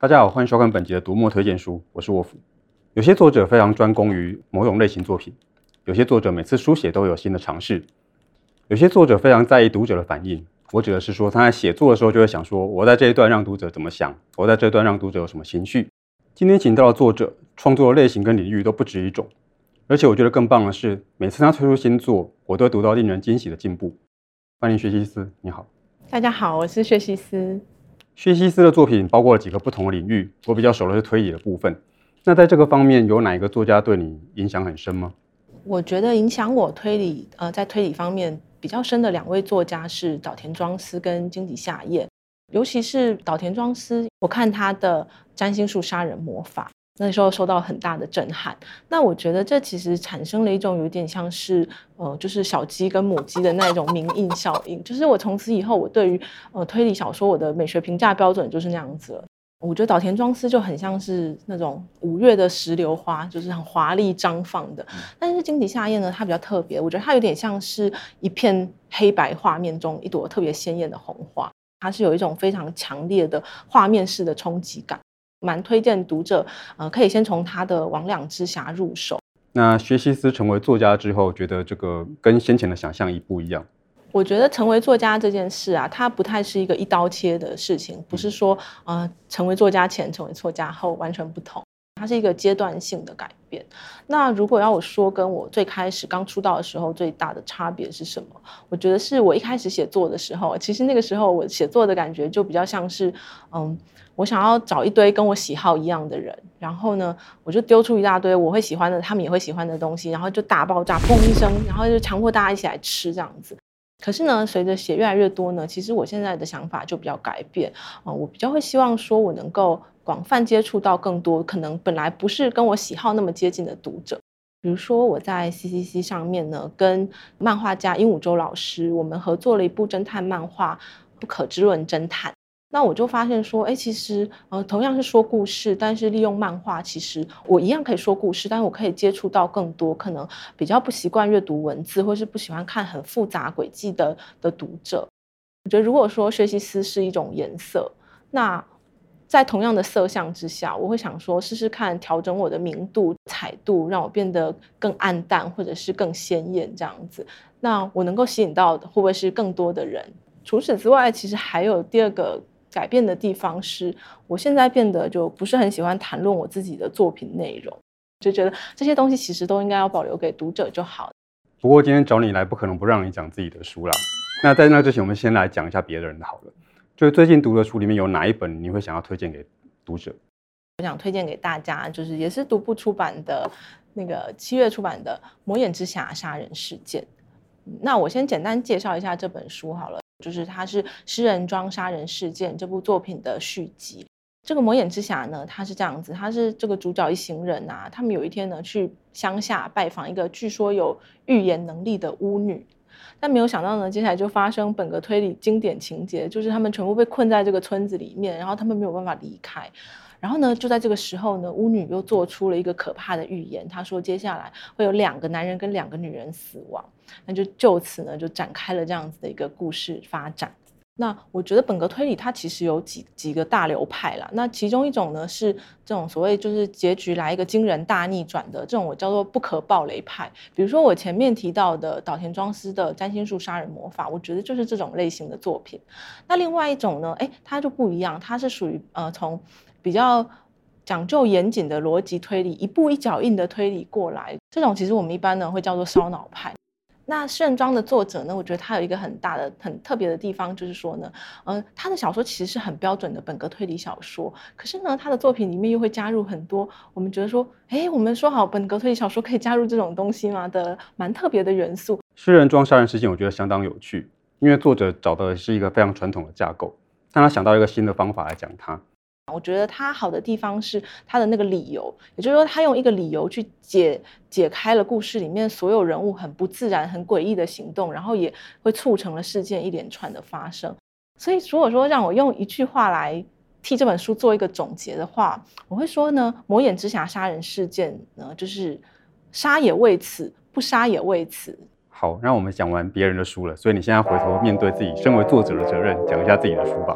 大家好，欢迎收看本集的读墨推荐书，我是沃夫。有些作者非常专攻于某种类型作品，有些作者每次书写都有新的尝试，有些作者非常在意读者的反应。我指的是说，他在写作的时候就会想说，我在这一段让读者怎么想，我在这一段让读者有什么情绪。今天请到的作者创作的类型跟领域都不止一种，而且我觉得更棒的是，每次他推出新作，我都会读到令人惊喜的进步。欢迎薛西斯，你好。 大家好，我是薛西斯。 薛西斯的作品包括了几个不同的领域，我比较熟的是推理的部分。那在这个方面，有哪一个作家对你影响很深吗？ 我觉得影响我在推理方面比较深的两位作家是岛田庄司跟金井夏彦。尤其是岛田庄司，我看他的《占星术杀人魔法》，那时候受到很大的震撼。那我觉得这其实产生了一种有点像是就是小鸡跟母鸡的那种明印效应。就是我从此以后，我对于推理小说我的美学评价标准就是那样子了。我觉得岛田庄司就很像是那种5月的石榴花，就是很华丽张放的。但是金井夏彦呢，它比较特别，我觉得它有点像是一片黑白画面中一朵特别鲜艳的红花，它是有一种非常强烈的画面式的冲击感，蛮推荐读者可以先从他的《魍魉之匣》入手。 那薛西斯成为作家之后，觉得这个跟先前的想象一不一样？ 我觉得成为作家这件事啊，它不太是一个一刀切的事情，不是说成为作家前、成为作家后完全不同，它是一个阶段性的改变。那如果要我说跟我最开始刚出道的时候最大的差别是什么？我觉得是我一开始写作的时候，其实那个时候我写作的感觉就比较像是我想要找一堆跟我喜好一样的人，然后呢我就丢出一大堆我会喜欢的他们也会喜欢的东西，然后就大爆炸砰一声，然后就强迫大家一起来吃这样子。可是呢，随着写越来越多呢，其实我现在的想法就比较改变。我比较会希望说我能够广泛接触到更多可能本来不是跟我喜好那么接近的读者。比如说我在 CCC 上面呢，跟漫画家鹦鹉洲老师，我们合作了一部侦探漫画《不可知论侦探》。那我就发现说，其实同样是说故事，但是利用漫画，其实我一样可以说故事，但是我可以接触到更多可能比较不习惯阅读文字，或是不喜欢看很复杂轨迹的读者。我觉得如果说薛西斯是一种颜色，那在同样的色相之下，我会想说试试看调整我的明度、彩度，让我变得更暗淡，或者是更鲜艳这样子。那我能够吸引到的会不会是更多的人？除此之外，其实还有第二个改变的地方是，我现在变得就不是很喜欢谈论我自己的作品内容，就觉得这些东西其实都应该要保留给读者就好。 不过今天找你来，不可能不让你讲自己的书啦。那在那之前，我们先来讲一下别的人的好了。就是最近读的书里面有哪一本你会想要推荐给读者？ 我想推荐给大家，就是也是独步出版的那个7月出版的《魔眼之匣杀人事件》。那我先简单介绍一下这本书好了。就是它是诗人庄杀人事件这部作品的续集。这个魔眼之匣呢，它是这样子，它是这个主角一行人啊，他们有一天呢去乡下拜访一个据说有预言能力的巫女，但没有想到呢，接下来就发生本格推理经典情节，就是他们全部被困在这个村子里面，然后他们没有办法离开。然后呢，就在这个时候呢，巫女又做出了一个可怕的预言，她说接下来会有2个男人跟2个女人死亡。那就此呢，就展开了这样子的一个故事发展。那我觉得本格推理它其实有几个大流派啦。那其中一种呢是这种所谓就是结局来一个惊人大逆转的这种，我叫做不可爆雷派。比如说我前面提到的岛田庄司的《占星术杀人魔法》，我觉得就是这种类型的作品。那另外一种呢，它就不一样，它是属于从比较讲究严谨的逻辑推理，一步一脚印的推理过来，这种其实我们一般呢会叫做烧脑派。那诗人庄的作者呢，我觉得他有一个很大的很特别的地方，就是说呢他的小说其实是很标准的本格推理小说，可是呢他的作品里面又会加入很多我们觉得说我们说好本格推理小说可以加入这种东西吗的蛮特别的元素。 诗人庄杀人事件我觉得相当有趣，因为作者找的是一个非常传统的架构，但他想到一个新的方法来讲它。 我觉得他好的地方是他的那个理由，也就是说他用一个理由去解开了故事里面所有人物很不自然很诡异的行动，然后也会促成了事件一连串的发生。所以如果说让我用一句话来替这本书做一个总结的话，我会说呢，魔眼之匣杀人事件呢，就是杀也为此，不杀也为此。 好，那我们讲完别人的书了，所以你现在回头面对自己身为作者的责任，讲一下自己的书吧。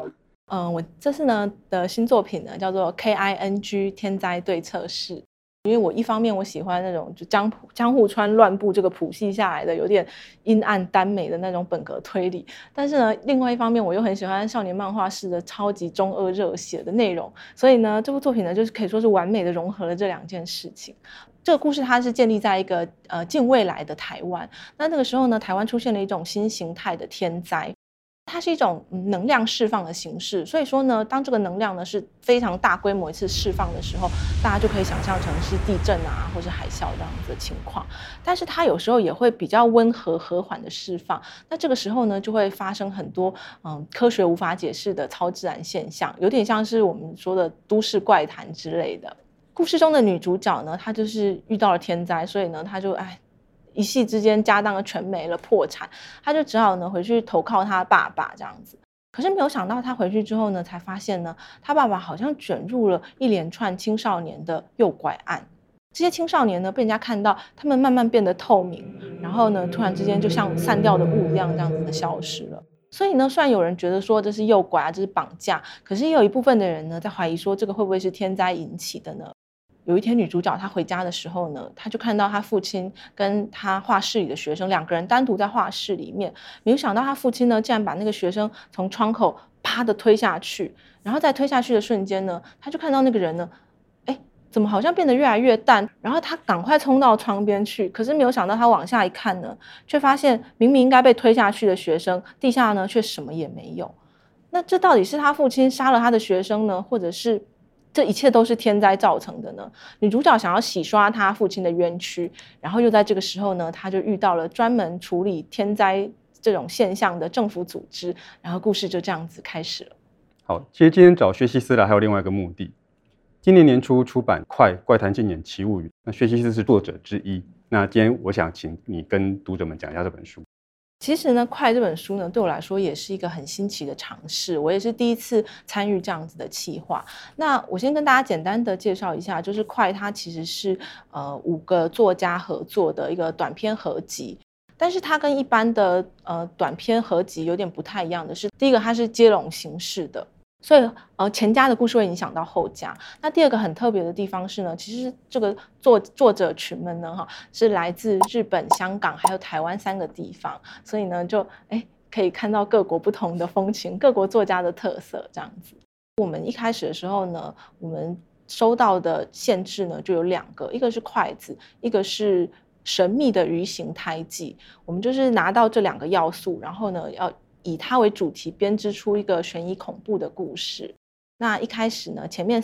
我这次呢的新作品呢叫做 KING 天灾对策室。因为我一方面我喜欢那种就江户川乱步这个谱系下来的有点阴暗耽美的那种本格推理，但是呢另外一方面我又很喜欢少年漫画式的超级中二热血的内容，所以呢这部作品呢就是可以说是完美的融合了这两件事情。这个故事它是建立在一个近未来的台湾，那个时候呢台湾出现了一种新形态的天灾，它是一种能量释放的形式，所以说呢当这个能量呢是非常大规模一次释放的时候，大家就可以想象成是地震啊或是海啸这样子的情况，但是它有时候也会比较温和和缓的释放，那这个时候呢就会发生很多科学无法解释的超自然现象，有点像是我们说的都市怪谈之类的。故事中的女主角呢她就是遇到了天灾，所以呢她就一夕之间家当全没了，破产，他就只好呢回去投靠他爸爸这样子。可是没有想到他回去之后呢才发现呢他爸爸好像卷入了一连串青少年的诱拐案，这些青少年呢被人家看到他们慢慢变得透明，然后呢突然之间就像散掉的雾一样这样子的消失了。所以呢虽然有人觉得说这是诱拐啊这是绑架，可是也有一部分的人呢在怀疑说这个会不会是天灾引起的呢。有一天女主角她回家的时候呢，她就看到她父亲跟她画室里的学生两个人单独在画室里面，没有想到她父亲呢竟然把那个学生从窗口啪的推下去，然后在推下去的瞬间呢，她就看到那个人呢怎么好像变得越来越淡，然后她赶快冲到窗边去，可是没有想到她往下一看呢，却发现明明应该被推下去的学生地下呢却什么也没有。那这到底是她父亲杀了她的学生呢，或者是这一切都是天灾造成的呢？女主角想要洗刷她父亲的冤屈，然后又在这个时候呢，她就遇到了专门处理天灾这种现象的政府组织，然后故事就这样子开始了。 好，其实今天找薛西斯来还有另外一个目的。今年年初出版《快怪谈竞演奇物语》，那薛西斯是作者之一。那今天我想请你跟读者们讲一下这本书。 其实呢，快这本书呢，对我来说也是一个很新奇的尝试，我也是第一次参与这样子的企划。那我先跟大家简单的介绍一下，就是快它其实是5个作家合作的一个短篇合集，但是它跟一般的短篇合集有点不太一样的是，第一个它是接龙形式的。所以前家的故事会影响到后家。那第二个很特别的地方是呢，其实这个作者群们呢是来自日本、香港还有台湾3个地方，所以呢就可以看到各国不同的风情，各国作家的特色这样子。我们一开始的时候呢，我们收到的限制呢就有2个，一个是筷子，一个是神秘的鱼形胎记。我们就是拿到这2个要素，然后呢要以它为主题编织出一个悬疑恐怖的故事。那一开始呢，前面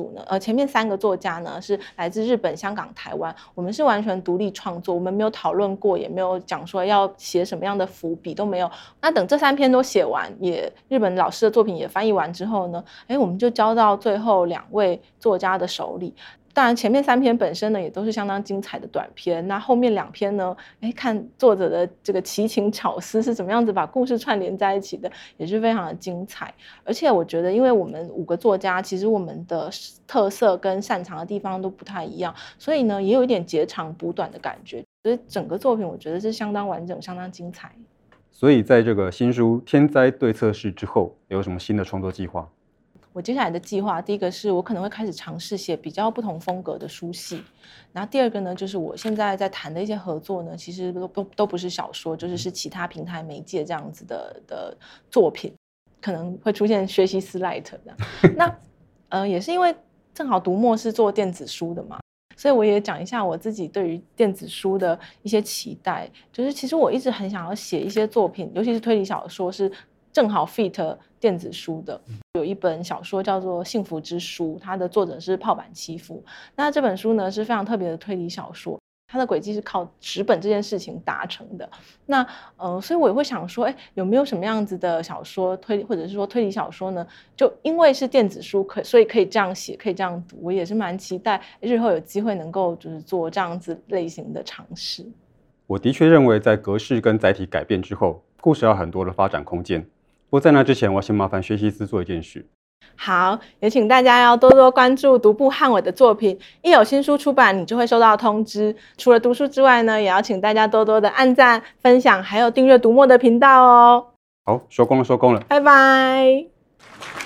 3个作家呢是来自日本、香港、台湾，我们是完全独立创作，我们没有讨论过，也没有讲说要写什么样的伏笔都没有。那等这3篇都写完，日本老师的作品也翻译完之后呢，我们就交到最后2位作家的手里。当然前面3篇本身呢也都是相当精彩的短篇，那后面2篇呢看作者的这个奇情巧思是怎么样子把故事串联在一起的，也是非常的精彩。而且我觉得因为我们5个作家其实我们的特色跟擅长的地方都不太一样，所以呢也有一点截长补短的感觉，所以整个作品我觉得是相当完整相当精彩。 所以在这个新书《天灾对策室》之后有什么新的创作计划？ 我接下来的计划，第一个是我可能会开始尝试写比较不同风格的书系，然后第二个呢，就是我现在在谈的一些合作呢，其实都不是小说，就是其他平台媒介这样子的作品，可能会出现学习斯 Light 这样。那也是因为正好读墨是做电子书的嘛，所以我也讲一下我自己对于电子书的一些期待，就是其实我一直很想要写一些作品，尤其是推理小说是正好 fit 电子书的。有一本小说叫做《幸福之书》，它的作者是泡坂七夫。那这本书呢是非常特别的推理小说，它的轨迹是靠纸本这件事情达成的。那所以我也会想说，有没有什么样子的小说或者是说推理小说呢？就因为是电子书，所以可以这样写，可以这样读。我也是蛮期待日后有机会能够就是做这样子类型的尝试。 我的确认为，在格式跟载体改变之后，故事要很多的发展空间。不过在那之前，我要先麻烦薛西斯做一件事。 好，也请大家要多多关注读布和我的作品，一有新书出版，你就会收到通知。除了读书之外呢，也要请大家多多的按赞、分享，还有订阅读墨的频道哦。 好，收工了，拜拜。